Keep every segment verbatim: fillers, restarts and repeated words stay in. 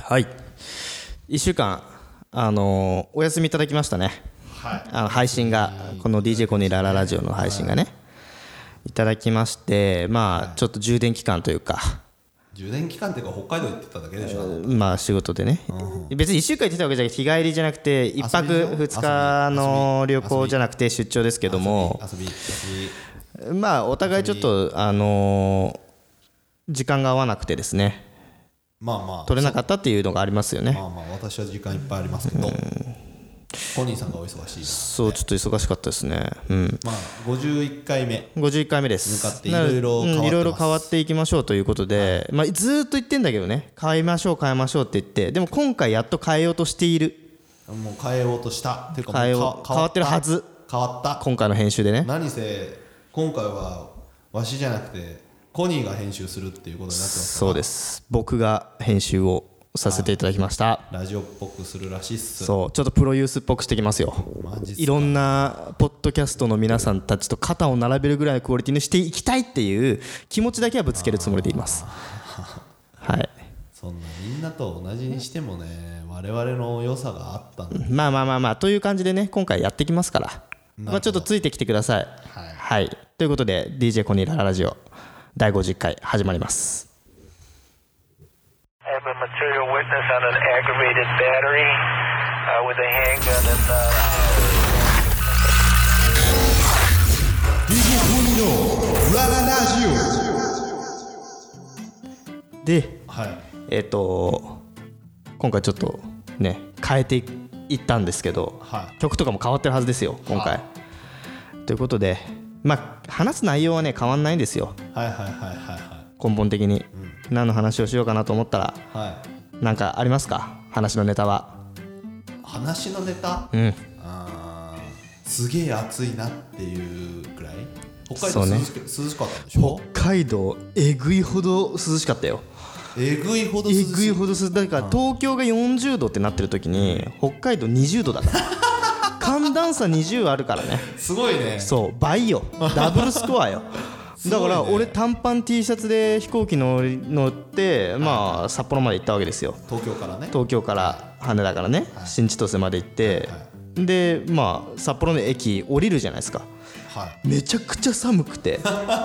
はい、いっしゅうかん、あのー、お休みいただきましたね、はい、あの配信がこの ディージェー コニーラララジオの配信がね、はい、いただきまして、まあちょっと充電期間というか、 充電期間っていうか北海道行ってただけでしょ。 まあ仕事でね、うん、別にいっしゅうかん行ってたわけじゃなくて、日帰りじゃなくていっぱくふつかの旅行じゃなくて出張ですけども、 遊び遊び遊び、 まあお互いちょっとあのー、時間が合わなくてですね、 まあまあ取れなかったっていうのがありますよね。 まあまあ私は時間いっぱいありますけど、コニーさんがお忙しいな。 そう、ちょっと忙しかったですね、うん、 まあごじゅういっかいめごじゅういっかいめです。 向かっていろいろ変わってます。 いろいろ変わっていきましょうということで、はい、まあ、ずーっと言ってんだけどね、変えましょう変えましょうって言って、でも今回やっと変えようとしている。 もう変えようとしたっていうか、 変えよう変わってるはず。 変わった。 今回の編集でね。 何せ今回はわしじゃなくてコニーが編集するっていうことになってますから。 そうです、僕が編集をさせていただきました。 ラジオっぽくするらしいっす。 そう、ちょっとプロユースっぽくしてきますよ。いろんなポッドキャストの皆さんたちと肩を並べるぐらいのクオリティにしていきたいっていう気持ちだけはぶつけるつもりでいます。はい。 そんなみんなと同じにしてもね、我々の良さがあったんだ。 まあまあまあまあという感じでね、今回やってきますから、まあちょっとついてきてください。はい、はい、ということで ディージェー コニーラララジオだいごじゅっかい始まります。 Material witness on an aggravated battery uh, with a handgun and uh... ディージェー コニーのラララジオで、 はい、 えっと今回ちょっとね変えていったんですけど、はい、曲とかも変わってるはずですよ今回、はい、ということで、まあ話す内容はね変わんないんですよ。 はいはいはいはいはい。 根本的に、うん、何の話をしようかなと思ったら、 はい、 なんかありますか、話のネタは。 話のネタ、 うん、 あすげえ暑いなっていうくらい。北海道涼し、ね、涼しかったでしょ。 北海道えぐいほど涼しかったよ。 えぐいほど涼しい。 えぐいほど涼しい。だから東京がよんじゅうどってなってる時に、うん、北海道にじゅうどだから寒暖差にじゅうあるからね。 すごいね。 そう、倍よ、ダブルスコアよだから俺短パン T シャツで飛行機乗って、まあ、札幌まで行ったわけですよ。 東京からね。 東京から羽田からね、新千歳まで行って、でまあ札幌の駅降りるじゃないですか、めちゃくちゃ寒くて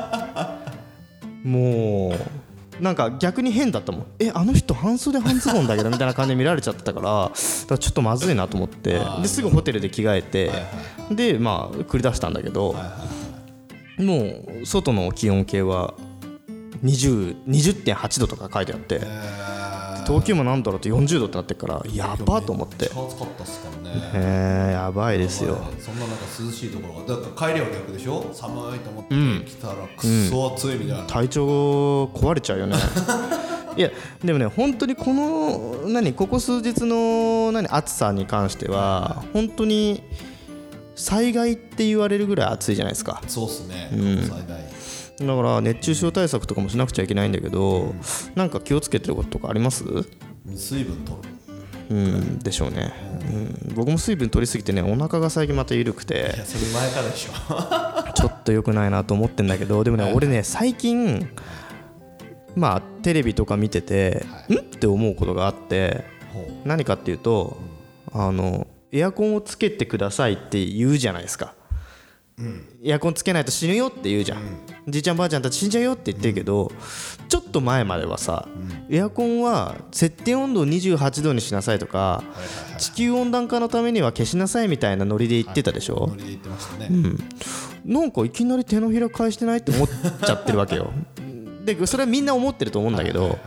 もうなんか逆に変だったもん。え、あの人半袖半ズボンだけどみたいな感じで見られちゃってたから、だからちょっとまずいなと思って、ですぐホテルで着替えて、でまあ繰り出したんだけど、もう外の気温計は にじゅう、にじゅってんはちどとか書いてあって、東京もなんだろうってよんじゅうどってなってるから、やばと思って。 めっちゃ暑かったっすからね。 へー、やばいですよ。 そんななんか涼しいところが、だから帰りは逆でしょ。寒いと思って来たらくっそ暑いみたいな、うん、 体調壊れちゃうよねいやでもね、本当にこの何ここ数日の何暑さに関しては本当に災害って言われるぐらい暑いじゃないですか。 そうっすね、 うん、 最大だから熱中症対策とかもしなくちゃいけないんだけど、うん、なんか気をつけてることとかあります？ 水分取る、 うん、でしょうね、うんうん、僕も水分取りすぎてね、お腹が最近また緩くて、 いやそれ前からでしょちょっと良くないなと思ってんだけど、でもね、はい、俺ね最近まあテレビとか見てて、はい、んって思うことがあって、何かっていうと、うん、あのエアコンをつけてくださいって言うじゃないですか、うん、エアコンつけないと死ぬよって言うじゃん、うん、じいちゃんばあちゃんたち死んじゃうよって言ってるけど、うん、ちょっと前まではさ、うん、エアコンは設定温度をにじゅうはちどにしなさいとか、はいはいはい、地球温暖化のためには消しなさいみたいなノリで言ってたでしょ、はい、 ノリで言ってましたね、 うん、なんかいきなり手のひら返してないって思っちゃってるわけよでそれはみんな思ってると思うんだけど、はいはいはい、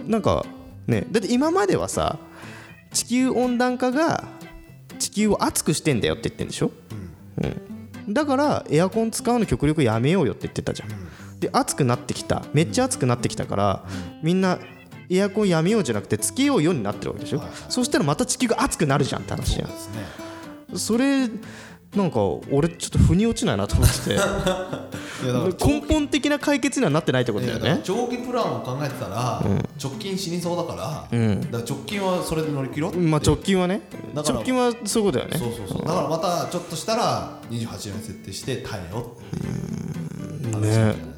なんかね、だって今まではさ、地球温暖化が地球を熱くしてんだよって言ってんでしょ、うんうん、だからエアコン使うの極力やめようよって言ってたじゃん、うん、で暑くなってきた、めっちゃ暑くなってきたから、うん、みんなエアコンやめようじゃなくてつけようようになってるわけでしょ、はいはい、そしたらまた地球が熱くなるじゃんって話じゃん。 そうですね。それなんか俺ちょっと腑に落ちないなと思ってていやだから根本的な解決にはなってないってことだよね。いや長期プランを考えてたら、うん、直近死にそうだから、うん、だから直近はそれで乗り切ろうって、 まあ、直近はね、直近はそういうことだよね。 そうそうそう、だからまたちょっとしたらにじゅうはちどに設定して耐えようっていう話なんじゃないですか、ね、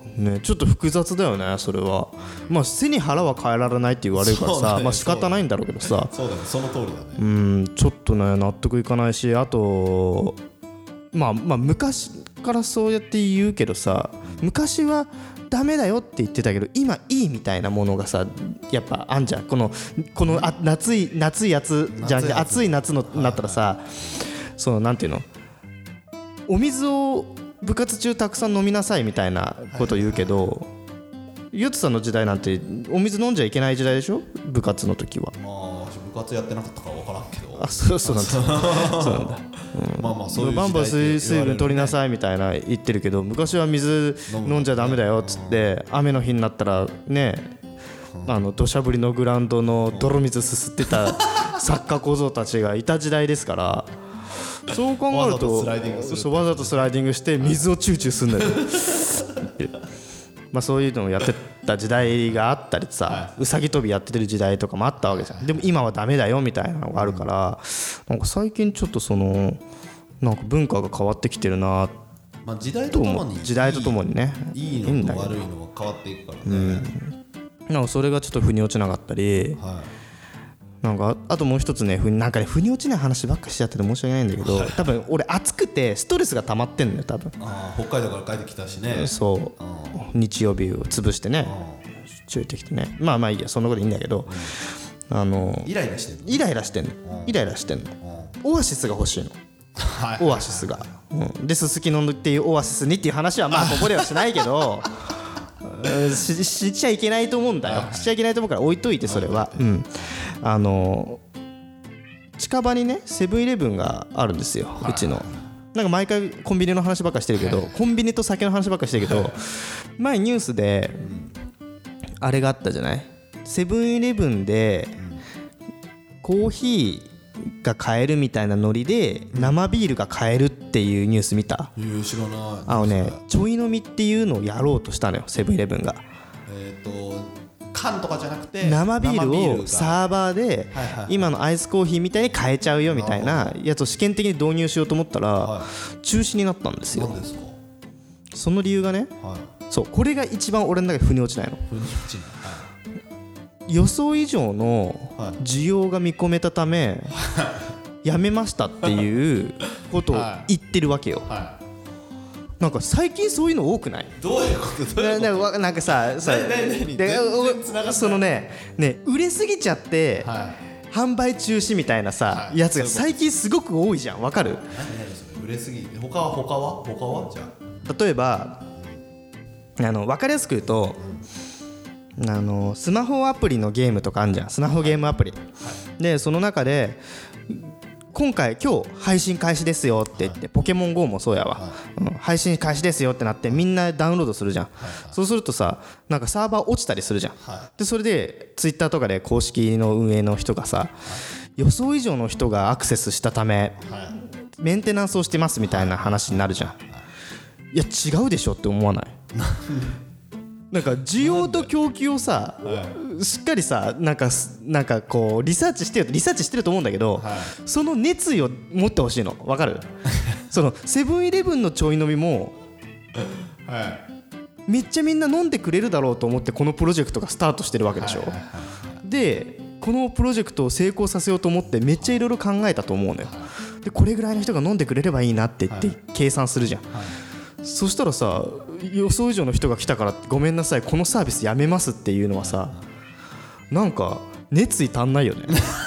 ね、ちょっと複雑だよねそれは。まあ背に腹は変えられないって言われるからさ、 そうだねまあ仕方ないんだろうけどさ、 そうだね、その通りだね。 うんちょっとね納得いかないし、あとまあまあ昔からそうやって言うけどさ、昔はダメだよって言ってたけど今いいみたいなものがさやっぱあんじゃん。このこのあ夏い夏いやつじゃなくて暑い夏のなったらさ、そのなんていうの、お水を部活中たくさん飲みなさいみたいなこと言うけど、ゆつさんの時代なんてお水飲んじゃいけない時代でしょ、部活の時は。 まあ部活やってなかったから分からんけど。 あ、そうそうなんだそうなんだ、 うん、まあまあそういう時代バンバンって言われるね水分取りなさいみたいな言ってるけど、昔は水飲んじゃダメだよっつって雨の日になったらね、あの土砂降りのグラウンドの泥水すすってたサッカー小僧たちがいた時代ですから、そう考えるとわざとスライディングするそうわざとスライディングして水をチューチューすんだよまあそういうのをやってた時代があったりさ、うさぎ跳びやってる時代とかもあったわけじゃん。でも今はダメだよみたいなのがあるから、なんか最近ちょっとそのなんか文化が変わってきてるなまあ時代とともに時代とともにね、 いいのと悪いのは変わっていくからね。 なんかそれがちょっと腑に落ちなかったり、 はいなんかあともう一つね、ふなんかね腑に落ちない話ばっかしちゃってて申し訳ないんだけど、多分俺暑くてストレスが溜まってんのよ多分。 あー北海道から帰ってきたしね。 そう日曜日を潰してね出張ってきてね、まあまあいいやそんなこといいんだけど、あのイライラしてる。 イライラしてんのイライラしてんのオアシスが欲しいの、 はいオアシスが、うん、でススキノっていうオアシスにっていう話はまあここではしないけどうんし, しちゃいけないと思うんだよ、しちゃいけないと思うから置いといて、それは、うん、あの近場にねセブンイレブンがあるんですよ、うちの。なんか毎回コンビニの話ばっかしてるけど、コンビニと酒の話ばっかしてるけど、前ニュースであれがあったじゃない、セブンイレブンでコーヒーが買えるみたいなノリで生ビールが買えるっていうニュース見た？ いや知らない。 あのねちょい飲みっていうのをやろうとしたのよセブンイレブンが。 えっと缶とかじゃなくて生ビール生をがサーバーではいはいはい今のアイスコーヒーみたいに買えちゃうよみたいなやつを試験的に導入しようと思ったらは中止になったんですよ。 何ですか。 その理由がね、 はいそうこれが一番俺の中で腑に落ちないの。 ふに落ちない。 予想以上のはい需要が見込めたためやめましたっていうことを言ってるわけよ。 はなんか最近そういうの多くない？ い。どういうことどういうこなななんかささなななで全然繋がってないそのねね売れすぎちゃって、 と。はい。 販売中止みたいなさ、 はいやつが最近すごく多いじゃん。わかる？ 何何それ売れすぎ。他は他は他はじゃ例えばあの分かりやすく言うと、あのスマホアプリのゲームとかあるじゃん。スマホゲームアプリ、でその中で今回今日配信開始ですよって言って、ポケモン ゴー もそうやわ、うん、配信開始ですよってなってみんなダウンロードするじゃん、そうするとさなんかサーバー落ちたりするじゃん、でそれでツイッターとかで公式の運営の人がさ、予想以上の人がアクセスしたためメンテナンスをしてますみたいな話になるじゃん。いや違うでしょって思わない？なんか需要と供給をさ、しっかりさなんかなんかこうリサーチしてるリサーチしてると思うんだけど、その熱意を持ってほしいの。わかる？そのセブンイレブンのちょい飲みもめっちゃみんな飲んでくれるだろうと思ってこのプロジェクトがスタートしてるわけでしょ。でこのプロジェクトを成功させようと思ってめっちゃいろいろ考えたと思うのよ。でこれぐらいの人が飲んでくれればいいなって言って計算するじゃん。そしたらさ予想以上の人が来たからごめんなさいこのサービスやめますっていうのはさなんか熱意足んないよね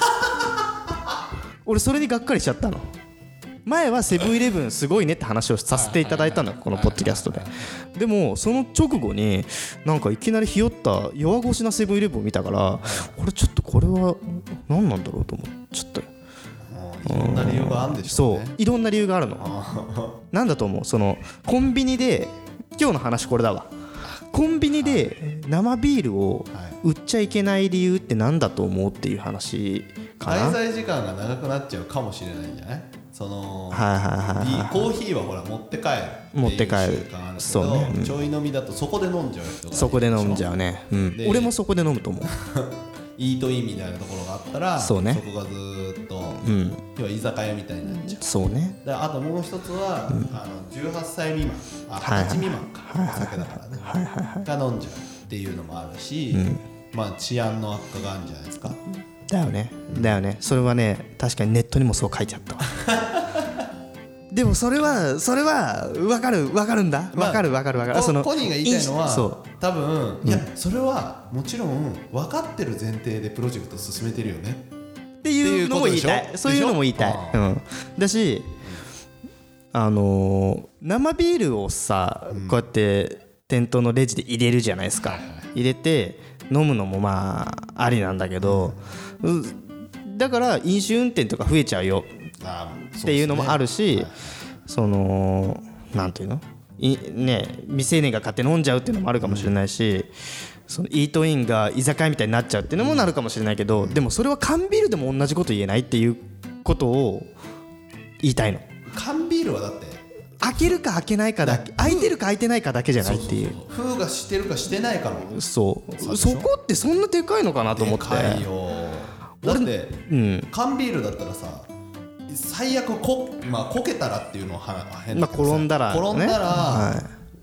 俺それにがっかりしちゃったの。前はセブンイレブンすごいねって話をさせていただいたのこのポッドキャストで。でもその直後になんかいきなりひよった弱腰なセブンイレブンを見たから俺ちょっとこれは何なんだろうと思っちゃったよ。 いろんな理由があるんでしょうね。 そういろんな理由があるの。なんだと思う？そのコンビニで今日の話これだわ。コンビニで生ビールを売っちゃいけない理由ってなんだと思うっていう話かな。 滞在時間が長くなっちゃうかもしれないんじゃない？そのはいはいはいはいコーヒーはほら持って帰る持って帰る習慣あるけどそうねうんちょい飲みだとそこで飲んじゃう人がいるでしょ。 そこで飲んじゃうね、うん、 で俺もそこで飲むと思うイートインみたいなところがあったらそうねそこがずーっと、 うん、 要は居酒屋みたいになっちゃう。 そうね。 であともう一つは、うん、あのじゅうはっさい未満、あはたち未満か、はいはい、お酒だからね、はいはいはい、が飲んじゃうっていうのもあるし、うん、まあ治安の悪化があるんじゃないですか。 だよね、だよね。それはね確かにネットにもそう書いてあったでもそれはそれは分かる分かるんだ、分かる分かる分かる。 そのコニーが言いたいのはそう多分、うん、いやそれはもちろん分かってる前提でプロジェクト進めてるよねっていうのも言いたい。そういうのも言いたい、うん、だし、うん、あのー、生ビールをさ、うん、こうやって店頭のレジで入れるじゃないですか、はいはい、入れて飲むのもまあありなんだけど、うん、だから飲酒運転とか増えちゃうよっていうのもあるし、そのなんていうのいね、未成年が買って飲んじゃうっていうのもあるかもしれないし、そのイートインが居酒屋みたいになっちゃうっていうのもなるかもしれないけど、でもそれは缶ビールでも同じこと言えないっていうことを言いたいの。 缶ビールはだって開けるか開けないかだけ、開いてるか開いてないかだけじゃないっていう、 封がしてるかしてないかの、 そうそこってそんなでかいのかなと思って。 でかいよ。だって、うん、缶ビールだったらさ最悪こ、まあ、こけたらっていうのは変だけどさ、まあ、転んだら、ね、転んだら、はい、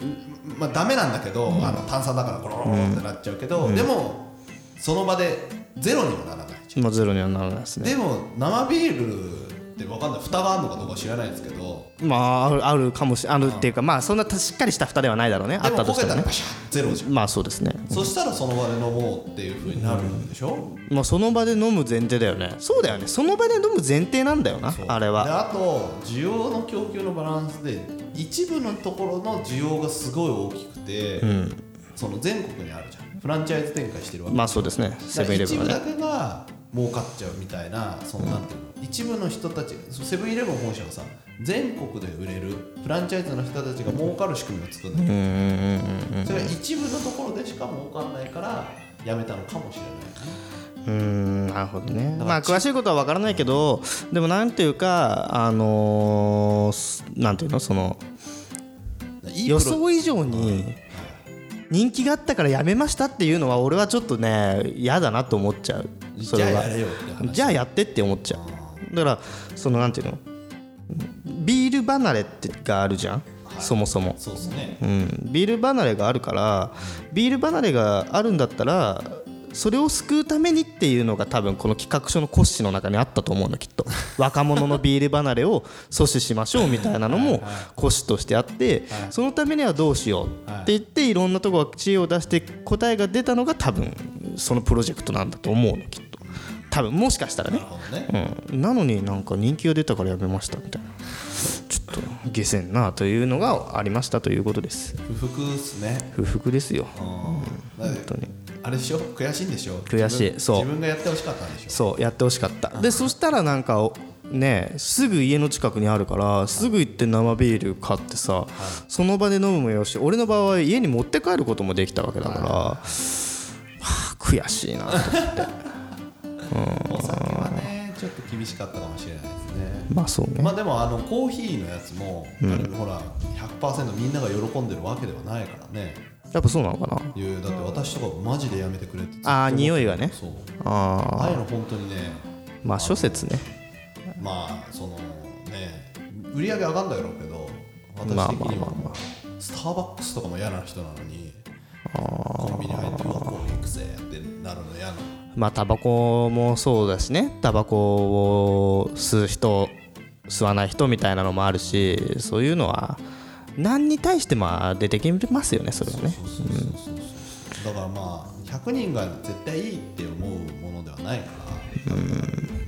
まあ、ダメなんだけど、うん、あの炭酸だからコロロロってなっちゃうけど、うん、でもその場でゼロにはならないじゃん。 まあ、ゼロにはならないですね。 でも生ビールって分かんない、蓋があるのかどうか知らないんですけど、 まあある、あるかもしれない、あるっていうか、まあそんなしっかりした蓋ではないだろうね。あったとしてもね。でもこけたらパシャッゼロじゃん。まあそうですね、うん、そしたらその場で飲もうっていう風になるんでしょ、うん、まあその場で飲む前提だよね。そうだよね、その場で飲む前提なんだよな、あれは。 であと需要の供給のバランスで一部のところの需要がすごい大きくて、うん、その全国にあるじゃん、フランチャイズ展開してるわけ。 まあそうですね、セブンイレブンはね。 一部だけが儲かっちゃうみたいな、そのなんていうの、うん、一部の人たち、セブンイレブン本社はさ全国で売れるフランチャイズの人たちが儲かる仕組みを作るんだけど、うんうんうん、それが一部のところでしか儲かんないからやめたのかもしれない、ね、 うーん、なるほどね。まあ詳しいことは分からないけど、でもなんていうか、あのー、なんていうの、そのいい予想以上に人気があったからやめましたっていうのは俺はちょっとね嫌だなと思っちゃう。それはじゃあやれよって話。 じゃあやってって思っちゃう。だからそのなんていうの、ビール離れってがあるじゃん、はい、そもそも。 そうですね、 うん、ビール離れがあるから、ビール離れがあるんだったらそれを救うためにっていうのが多分この企画書の骨子の中にあったと思うの、きっと。若者のビール離れを阻止しましょうみたいなのも骨子としてあって、そのためにはどうしようって言っていろんなところが知恵を出して答えが出たのが多分そのプロジェクトなんだと思うの、きっと。多分もしかしたらね。うん、なのになんか人気が出たからやめましたみたいな、ちょっと下せんなというのがありましたということです。 不服っすね。 不服ですよ、うん、本当に。 あれでしょ、悔しいんでしょ。 悔しい。そう、 自分がやってほしかったんでしょ。 そうやってほしかった。でそしたらなんかね、すぐ家の近くにあるからすぐ行って生ビール買ってさ、はい、その場で飲むもよし、俺の場合は家に持って帰ることもできたわけだから、はい、はあ、悔しいなと思って、 うん、お酒はねちょっと厳しかったかもしれないですね。 まあそうね。 まあでもあのコーヒーのやつも、うん、あれほら ひゃくパーセント みんなが喜んでるわけではないからね。 やっぱそうなのかな。 いやだって私とかマジでやめてくれって。 ああ、匂いがね。 そう。 あああいうの本当にね。 まあ諸説ね。 まあそのね、売り上げ上がんだろうけど、私的にはスターバックスとかも嫌な人なのに、コンビニ入ってうわコーヒーくせってなるの嫌なの。 まあタバコもそうだしね、タバコを吸う人吸わない人みたいなのもあるし、そういうのは何に対しても出てきますよね、それはね。 だからまあひゃくにんが絶対いいって思うものではないから、うん、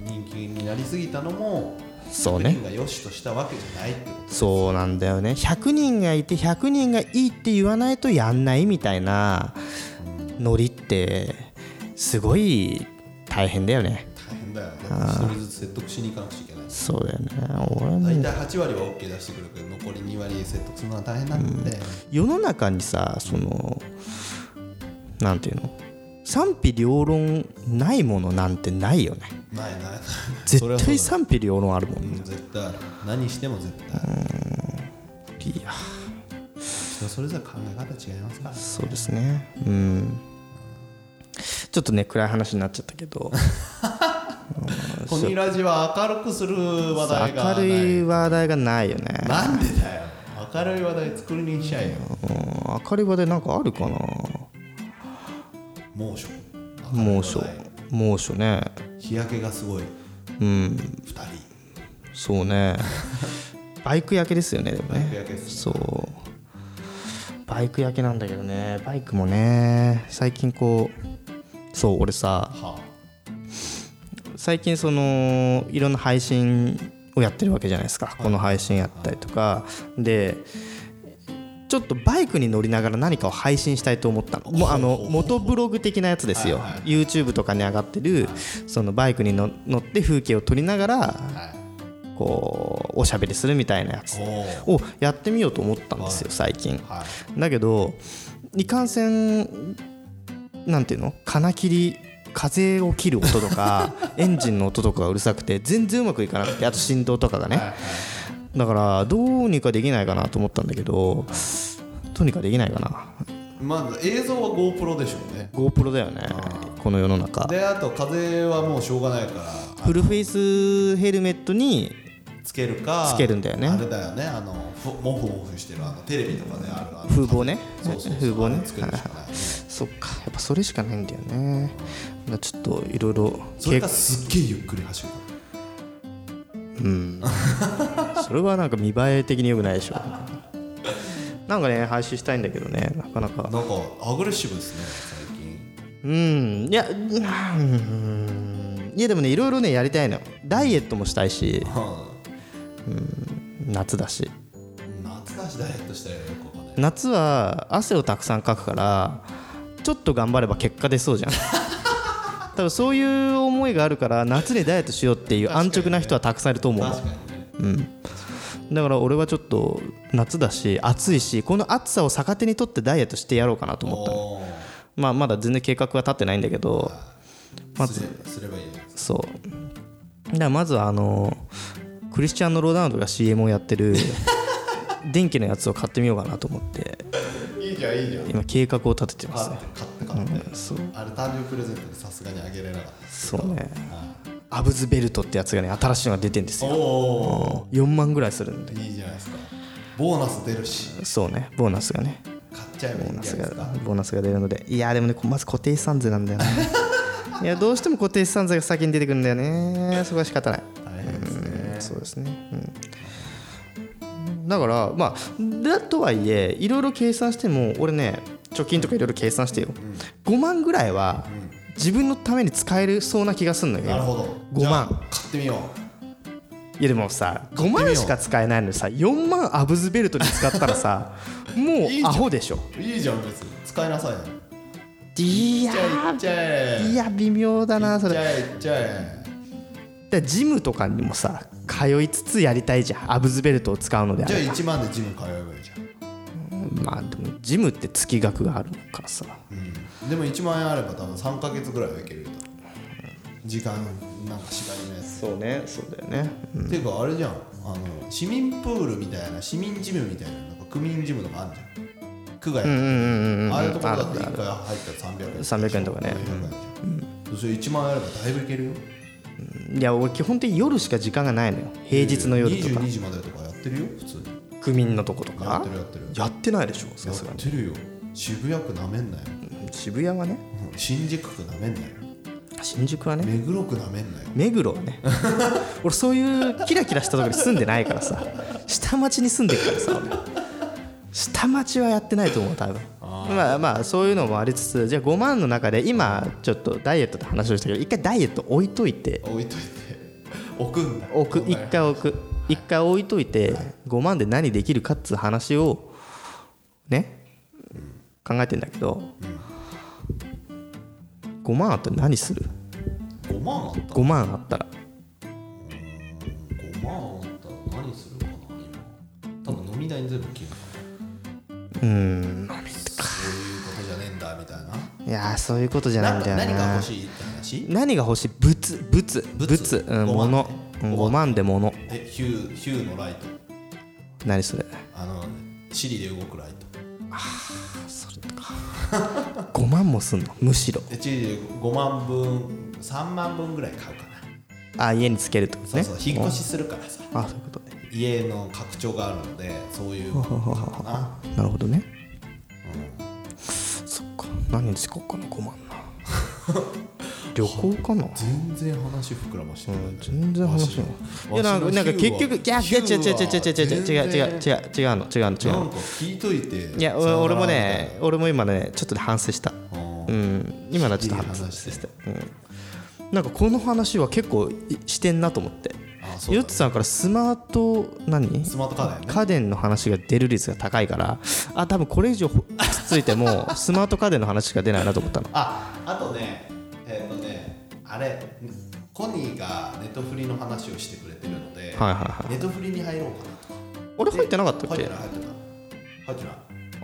人気になりすぎたのもそうね、 ひゃくにんが良しとしたわけじゃないってことです。 そうなんだよね。ひゃくにんがいてひゃくにんがいいって言わないとやんないみたいなノリってすごい大変だよね。 大変だよ。一人ずつ説得しに行かなくちゃいけない。 そうだよね。俺も大体はちわりは OK 出してくるけど残りにわり説得するのは大変なんで、うん、 世の中にさ、そのなんていうの、賛否両論ないものなんてないよね。 ないないない。 絶対賛否両論あるもんね。 うん、絶対ある。何しても絶対ある。 いや、 人それぞれ考え方違いますからね。 そうですね。うん。 ちょっとね暗い話になっちゃったけどコニラジは明るくする話題がない。 明るい話題がないよね。 なんでだよ。明るい話題作りにしちゃえよ。 明るい話題なんかあるかな。 猛暑猛暑猛暑ね。 日焼けがすごい。 うんふたりそうねバイク焼けですよね。でもねバイク焼けですね。 そうバイク焼けなんだけどね。バイクもね最近こうそう俺さ、はあ、最近そのいろんな配信をやってるわけじゃないですか、はい、この配信やったりとかでちょっとバイクに乗りながら何かを配信したいと思ったの。もうあの元ブログ的なやつですよ、はいはい、YouTube とかに上がってるそのバイクにの乗って風景を撮りながら、はい、こうおしゃべりするみたいなやつをやってみようと思ったんですよ最近、はい、だけどいかんせんなんていうの金切り風を切る音とかエンジンの音とかがうるさくて全然うまくいかなくて、あと振動とかがね、はいはい、だからどうにかできないかなと思ったんだけど、どうにかできないかな。 まず映像は GoPro でしょうね。 GoPro だよねこの世の中で。あと風はもうしょうがないからフルフェイスヘルメットにつけるかつけるんだよね。 あれだよね、あのモフモフしてるあのテレビとかであるあの風防ね。 そうそうそう風防ね。 つけるしかないねそっか、やっぱそれしかないんだよね。だちょっといろいろそれがすっげえゆっくり走る。 うんそれはなんか見栄え的に良くないでしょなんかね配信したいんだけどね、なかなかなんかアグレッシブですね最近。 うんいやうんいやでもねいろいろねやりたいの。ダイエットもしたいし、うん、夏だし夏だしダイエットしたいよよくわかんない。 夏は汗をたくさんかくからちょっと頑張れば結果出そうじゃん多分そういう思いがあるから夏にダイエットしようっていう安直な人はたくさんいると思う。確かにね、うん、だから俺はちょっと夏だし暑いしこの暑さを逆手にとってダイエットしてやろうかなと思ったの。まあまだ全然計画は立ってないんだけど、まずすればいい。 そうだからまずはあのクリスチャン・ロナウドが シーエム をやってる電気のやつを買ってみようかなと思っていいじゃんいいじゃん今計画を立ててますね。 買って買って、うん、そうあれ誕生日プレゼントでさすがにあげれなかった。 そうね、アブズベルトってやつがね新しいのが出てるんですよ。およんまんぐらいするんで。 いいじゃないですか。ボーナス出るし。 そうねボーナスがね買っちゃえばいいんじゃないですか。 ボーナスが出るので。いやでもねまず固定資産税なんだよねいやどうしても固定資産税が先に出てくるんだよね。そこは仕方ない。 大変ですね、 うん、そうですね、うん、だからまあだとはいえいろいろ計算しても俺ね貯金とかいろいろ計算してよ、うん、ごまんぐらいは自分のために使えるそうな気がするのよ。 なるほど。 ごまん買ってみよう。 いやでもさごまんしか使えないのにさよんまんアブズベルトに使ったらさもうアホでしょ。 いいじゃん別に使いなさいよ。 いやいや微妙だなそれ。 いっちゃえいっちゃえ。 だジムとかにもさ通いつつやりたいじゃんアブズベルトを使うのであれば。 じゃあいちまんでジム通えばいいじゃん。 まあでもジムって月額があるからさ、 うん、でもいちまんえんあれば多分さんかげつぐらいはいけるよ。時間なんか縛りのやつ。 そうねそうだよね、 うん、っていうかあれじゃんあの市民プールみたいな市民ジムみたいななんか区民ジムとかあるじゃん。区外ああいうところだっていっかい入ったらさんびゃくえんさんびゃくえんとかね、 うん、それいちまん円あればだいぶいけるよ。 いや俺基本的に夜しか時間がないのよ。平日の夜とかにじゅうにじまでとかやってるよ普通に。 区民のとことかやってるやってるやってないでしょさすがに。やってるよ。渋谷区なめんなよ。 渋谷はね、 うん、新宿区なめんなよ。 新宿はね目黒区なめんなよ。 目黒はね俺そういうキラキラしたところに住んでないからさ下町に住んでるからさ俺下町はやってないと思う多分。まあまあそういうのもありつつじゃあごまんの中で今ちょっとダイエットって話をしたけど一回ダイエット置いといて置いといて置くんだ置く一回置く一回置いといてごまんで何できるかっつう話をね、うん、考えてんだけど、うん、ごまんあったら何する？ ごまんあったらごまんあったらごまんあったら何するかな今。多分飲み代に全部消える。 うーん飲みかそういうことじゃねえんだみたいな。 いやそういうことじゃないんだよな。 何が欲しいって話。 何が欲しい物物物うん物ごまんで物。 えヒューヒューのライト。 何それ。 あのシリで動くライト。 ああそれかごまんもすんのむしろごまんぶんさんまんぶんぐらい買うかな。 あ家につけるってことね。 そうそう引っ越しするからさ。 あそういうことね。 家の拡張があるのでそういうことかな。 なるほどね、うん、そっか何に使おうかなごまんな旅行かな。 全然話膨らましてない、うん、 全然話ない。いやなんかなんか結局いや違う違う違う違う違う違う違う違う違う違うの違うの違うの。 なんか聞いといて。 いや俺もね俺も今ねちょっと反省した。うん今のはちょっと反省した。うんなんかこの話は結構してんなと思って。ヨッツさんからスマート何スマート家電、ね、 家電の話が出る率が高いからあ多分これ以上ついてもスマート家電の話しか出ないなと思ったの。 ああとねえっ、ー、とねあれコニーがネットフリの話をしてくれてるので、はいはいはい、ネットフリに入ろうかなと。 俺入ってなかったっけ。 入ってない入ってない入ってない。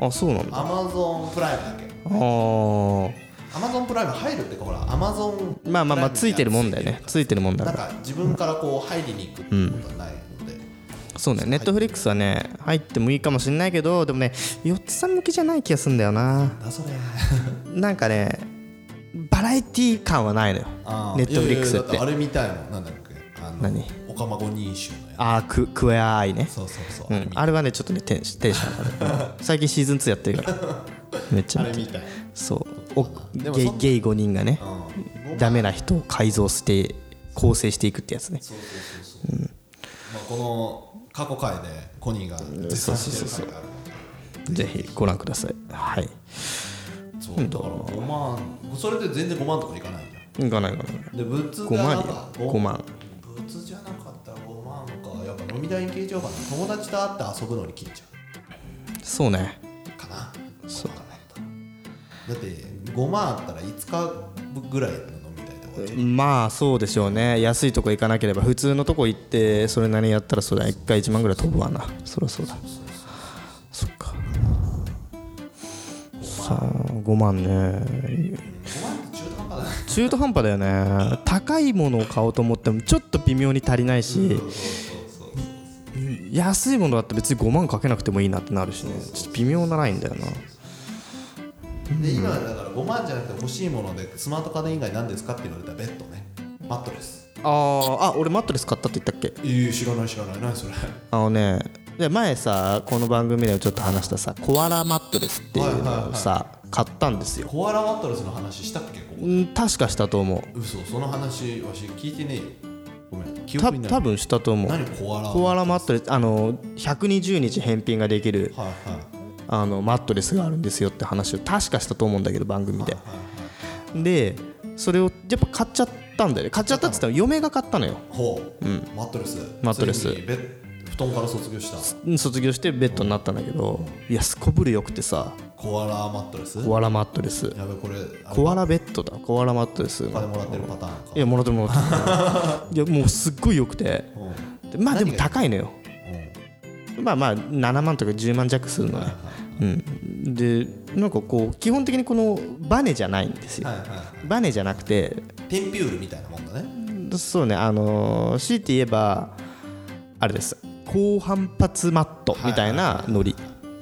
あそうなんだ。 アマゾンプライムだけ。 ああアマゾンプライム入るってかほらアマゾンまあまあまあついてるもんだよね。ついてるもんだからなんか自分からこう入りに行くってことはないので、 うん、そうねネットフリックスはね入ってもいいかもしれないけどでもねヨッツさん向きじゃない気がするんだよな。 なんだそれなんかねバラエティ感はないのよネットフリックスって。 あれみたいのなんだっけあの何オカマ五人衆のやつ。 ああククエアアイね。 そうそうそう、 うん、あれはねちょっとねテンション上がる最近シーズンツーやってるからめっちゃあれみたい。 そうおゲイ、ゲイごにんがね、うん、ダメな人を改造して構成していくってやつね。 そうそうそうそう、うんまあ、この過去回でコニーが絶賛してる回があるのでぜひご覧ください。はいそうだからごまんそれで全然ごまんとかいかないじゃん。 いかないいかないで物じゃなかったごまん物じゃなかったらごまんかやっぱ飲み代に消えちゃうかな。友達と会って遊ぶのに切っちゃう。そうねかな。 そうだってごまんあったらいつかぐらいの飲み代とかでまあそうでしょうね。安いとこ行かなければ普通のとこ行ってそれなりにやったらそうだいっかいいちまんぐらい飛ぶわな。そりゃそうだ。そっかさあごまんね。 ごまんって中途半端だね。 中途半端だよね。高いものを買おうと思ってもちょっと微妙に足りないし安いものだって別にごまんかけなくてもいいなってなるしね。ちょっと微妙なラインだよな。 で今だからごまんじゃなくて欲しいものでスマート家電以外何ですかって言われたらベッドねマットレス。 あーあ俺マットレス買ったって言ったっけ。 えー、知らない知らない何それ。 あのねで前さこの番組でちょっと話したさコアラマットレスっていうのをさ、はいはいはい、買ったんですよ。 コアラマットレスの話したっけここ。 うん確かしたと思う。 嘘その話わし聞いてねえよ。ごめん記た憶にない。 多分したと思う。 何コアラコアラマットレスあのひゃくにじゅうにち返品ができる、はいはい、あのマットレスがあるんですよって話を確かしたと思うんだけど番組で、はいはいはい、でそれをやっぱ買っちゃったんだよね。買っちゃったって言ったら嫁が買ったのよ。 ほう、うん、マットレスマットレス布団から卒業した卒業してベッドになったんだけどいやすこぶるよくてさコアラマットレスコアラマットレスやべこれコアラベッドだコアラマットレスお金もらってるパターンか。 いやもらってるもらってるいやもうすっごいよくて、うん、まあでも高いのよ、うん、まあまあななまんとかじゅうまん弱するのね、はいはいはいうん、でなんかこう基本的にこのバネじゃないんですよ、はいはいはい、バネじゃなくてテンピュールみたいなもんだね。 そうねあのー、強いて言えばあれです高反発マットみたいなノリ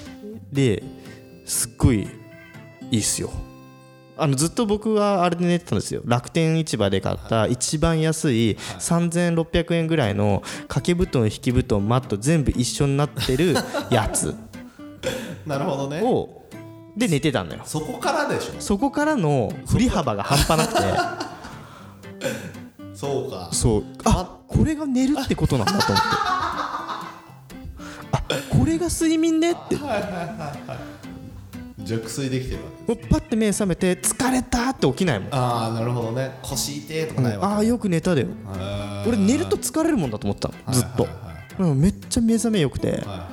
ですっごいいいっすよ。あのずっと僕はあれで寝てたんですよ。楽天市場で買った一番安いさんぜんろっぴゃくえんぐらいの掛け布団引き布団マット全部一緒になってるやつなるほどねをで寝てたんだよ。 そこからでしょ。 そこからの振り幅が半端なくてそうかそうあこれが寝るってことなんだと思ってあこれが睡眠ねってはいはいはいはい熟睡できてるわけです、ね、 パッて目覚めて疲れたって起きないもん。 ああなるほどね腰痛いとかないわけ、 うん、ああよく寝ただよ。俺寝ると疲れるもんだと思ったのずっと、はいはいはい、めっちゃ目覚めよくて、はいはい、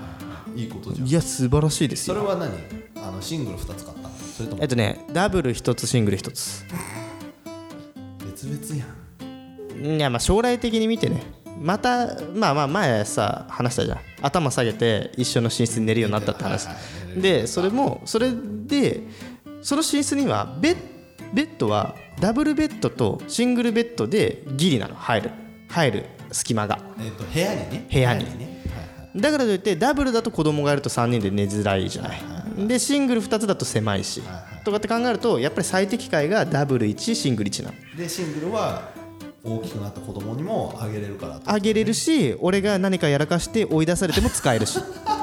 いいことじゃん。 いや素晴らしいですよ。 それは何あのシングルふたつ買ったのそれともえっとねダブルひとつシングルひとつ別々やん。いやまあ将来的に見てねまたまあまあ前さ話したじゃん頭下げて一緒の寝室に寝るようになったって話、はいはい、でそれもそれでその寝室にはベッ、ベッドはダブルベッドとシングルベッドでギリなの入る入る隙間が、 えー、と部屋にね部屋に、ねはいはい、だからといってダブルだと子供がいるとさんにんで寝づらいじゃない、はいはいはい、でシングルふたつだと狭いし、はいはいとかって考えるとやっぱり最適解がダブルいちシングルいちなのでシングルは大きくなった子供にもあげれるからあげれるし俺が何かやらかして追い出されても使えるし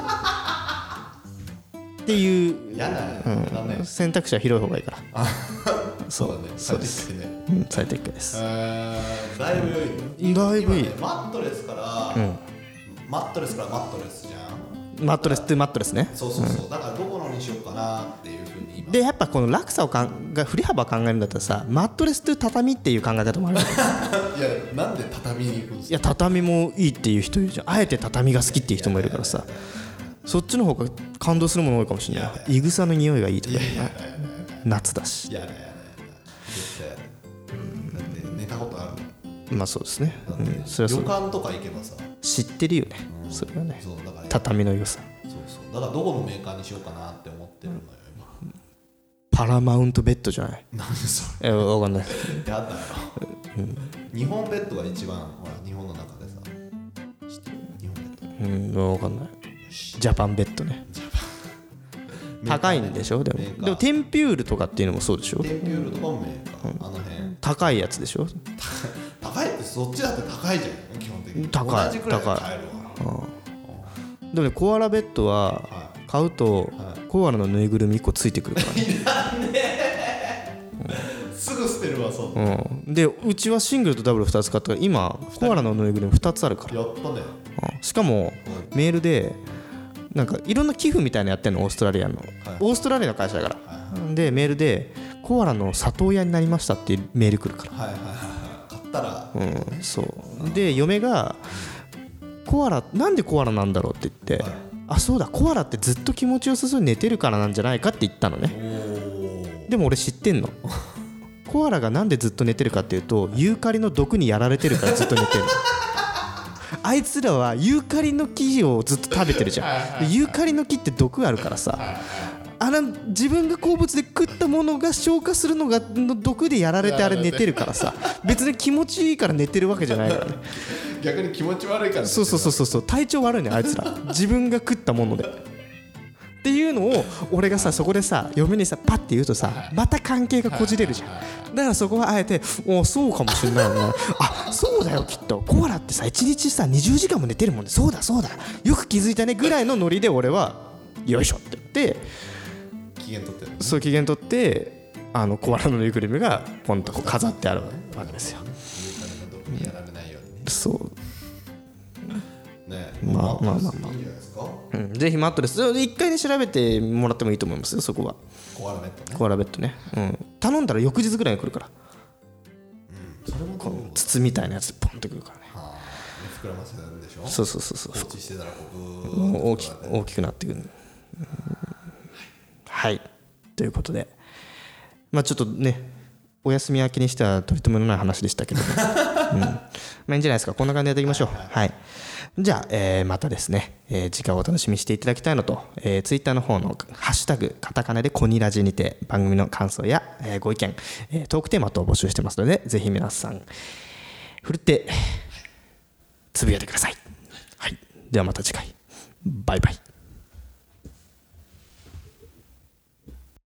っていうやだね、 うん、選択肢は広い方がいいからそうだね最適解ね、 うん、最適解です、 えー、だいぶいいだいぶいい、 ね、マットレスから、うん、マットレスからマットレスじゃんマットレスってマットレスねそうそうそう、うん、だからどこのにしようかなっていうふうに今でやっぱこの落差をかんが振り幅を考えるんだったらさマットレスと畳っていう考え方もあるいやなんで畳に行くんですかいや畳もいいっていう人いるじゃんあえて畳が好きっていう人もいるからさそっちの方が感動するもの多いかもしれないいぐさの匂いがいいとか夏だしいやいやいやいや絶対だって寝たことあるまあそうですねだって、うん、それはそう旅館とか行けばさ知ってるよね、うん、それはねそうだから畳の良さそうそうだからどこのメーカーにしようかなって思ってるのよ今パラマウントベッドじゃない何それえ分かんないやだよ、うん、日本ベッドが一番ほら日本の中でさ知ってる日本ベッドうん分かんないジャパンベッドね高いんでしょでもでもテンピュールとかっていうのもそうでしょテンピュールとかもメーカー、うん、あの辺高いやつでしょ高いってそっちだって高いじゃん基本的に高い同じくらいで買えるわ、 うん、でもねコアラベッドは買うと、はい、コアラのぬいぐるみいっこついてくるからねいらんねー、うん、すぐ捨てるわそんな、 うん、でうちはシングルとダブルふたつ買ったから今コアラのぬいぐるみふたつあるからやったね、 うん、しかも、うん、メールでなんかいろんな寄付みたいなのやってんのオーストラリアの、はい、オーストラリアの会社だから、はい、でメールでコアラの里親になりましたっていうメール来るから、 はいはいはい、買ったら、 うん、そうで嫁がコアラなんでコアラなんだろうって言って、はい、あそうだコアラってずっと気持ちよさそうに寝てるからなんじゃないかって言ったのねでも俺知ってんのコアラがなんでずっと寝てるかっていうとユーカリの毒にやられてるからずっと寝てるあいつらはユーカリの木をずっと食べてるじゃんユーカリの木って毒あるからさあれ自分が好物で食ったものが消化するのがの毒でやられてあれ寝てるからさ別に気持ちいいから寝てるわけじゃないからね逆に気持ち悪いからそうそうそうそう体調悪いねあいつら自分が食ったものでっていうのを俺がさそこでさ嫁にさパッて言うとさまた関係がこじれるじゃんだからそこはあえておそうかもしれないよねあそうだよきっとコアラってさいちにちさにじゅうじかんも寝てるもんねそうだそうだよく気づいたねぐらいのノリで俺はよいしょって言って機嫌取ってる、ね、 そう機嫌取ってあのコアラのぬいぐるみがポンとこう飾ってあるわけですよそうね、 まあまあまあまあ、 いいんじゃないですか、 うん、ぜひマットレス一回ね調べてもらってもいいと思いますよそこはコアラベッドねコアラベッドね、うん、頼んだら翌日ぐらいに来るから、 うん、それもこう筒みたいなやつでポンってくるからね、 はあ、膨らませるんでしょそうそうそうそう放置してたらこうブー大き大きくなってくる、うん、はいということでまあちょっとねお休み明けにしては取り留めのない話でしたけど、うん、まあいいんじゃないですかこんな感じでやっていきましょうはい、はい、じゃあ、えー、またですね、えー、次回お楽しみにしていただきたいのと、えー、ツイッターの方のハッシュタグカタカナでコニラジにて番組の感想や、えー、ご意見、えー、トークテーマ等を募集してますのでぜひ皆さんふるってつぶやいてください、はい、ではまた次回バイバイ。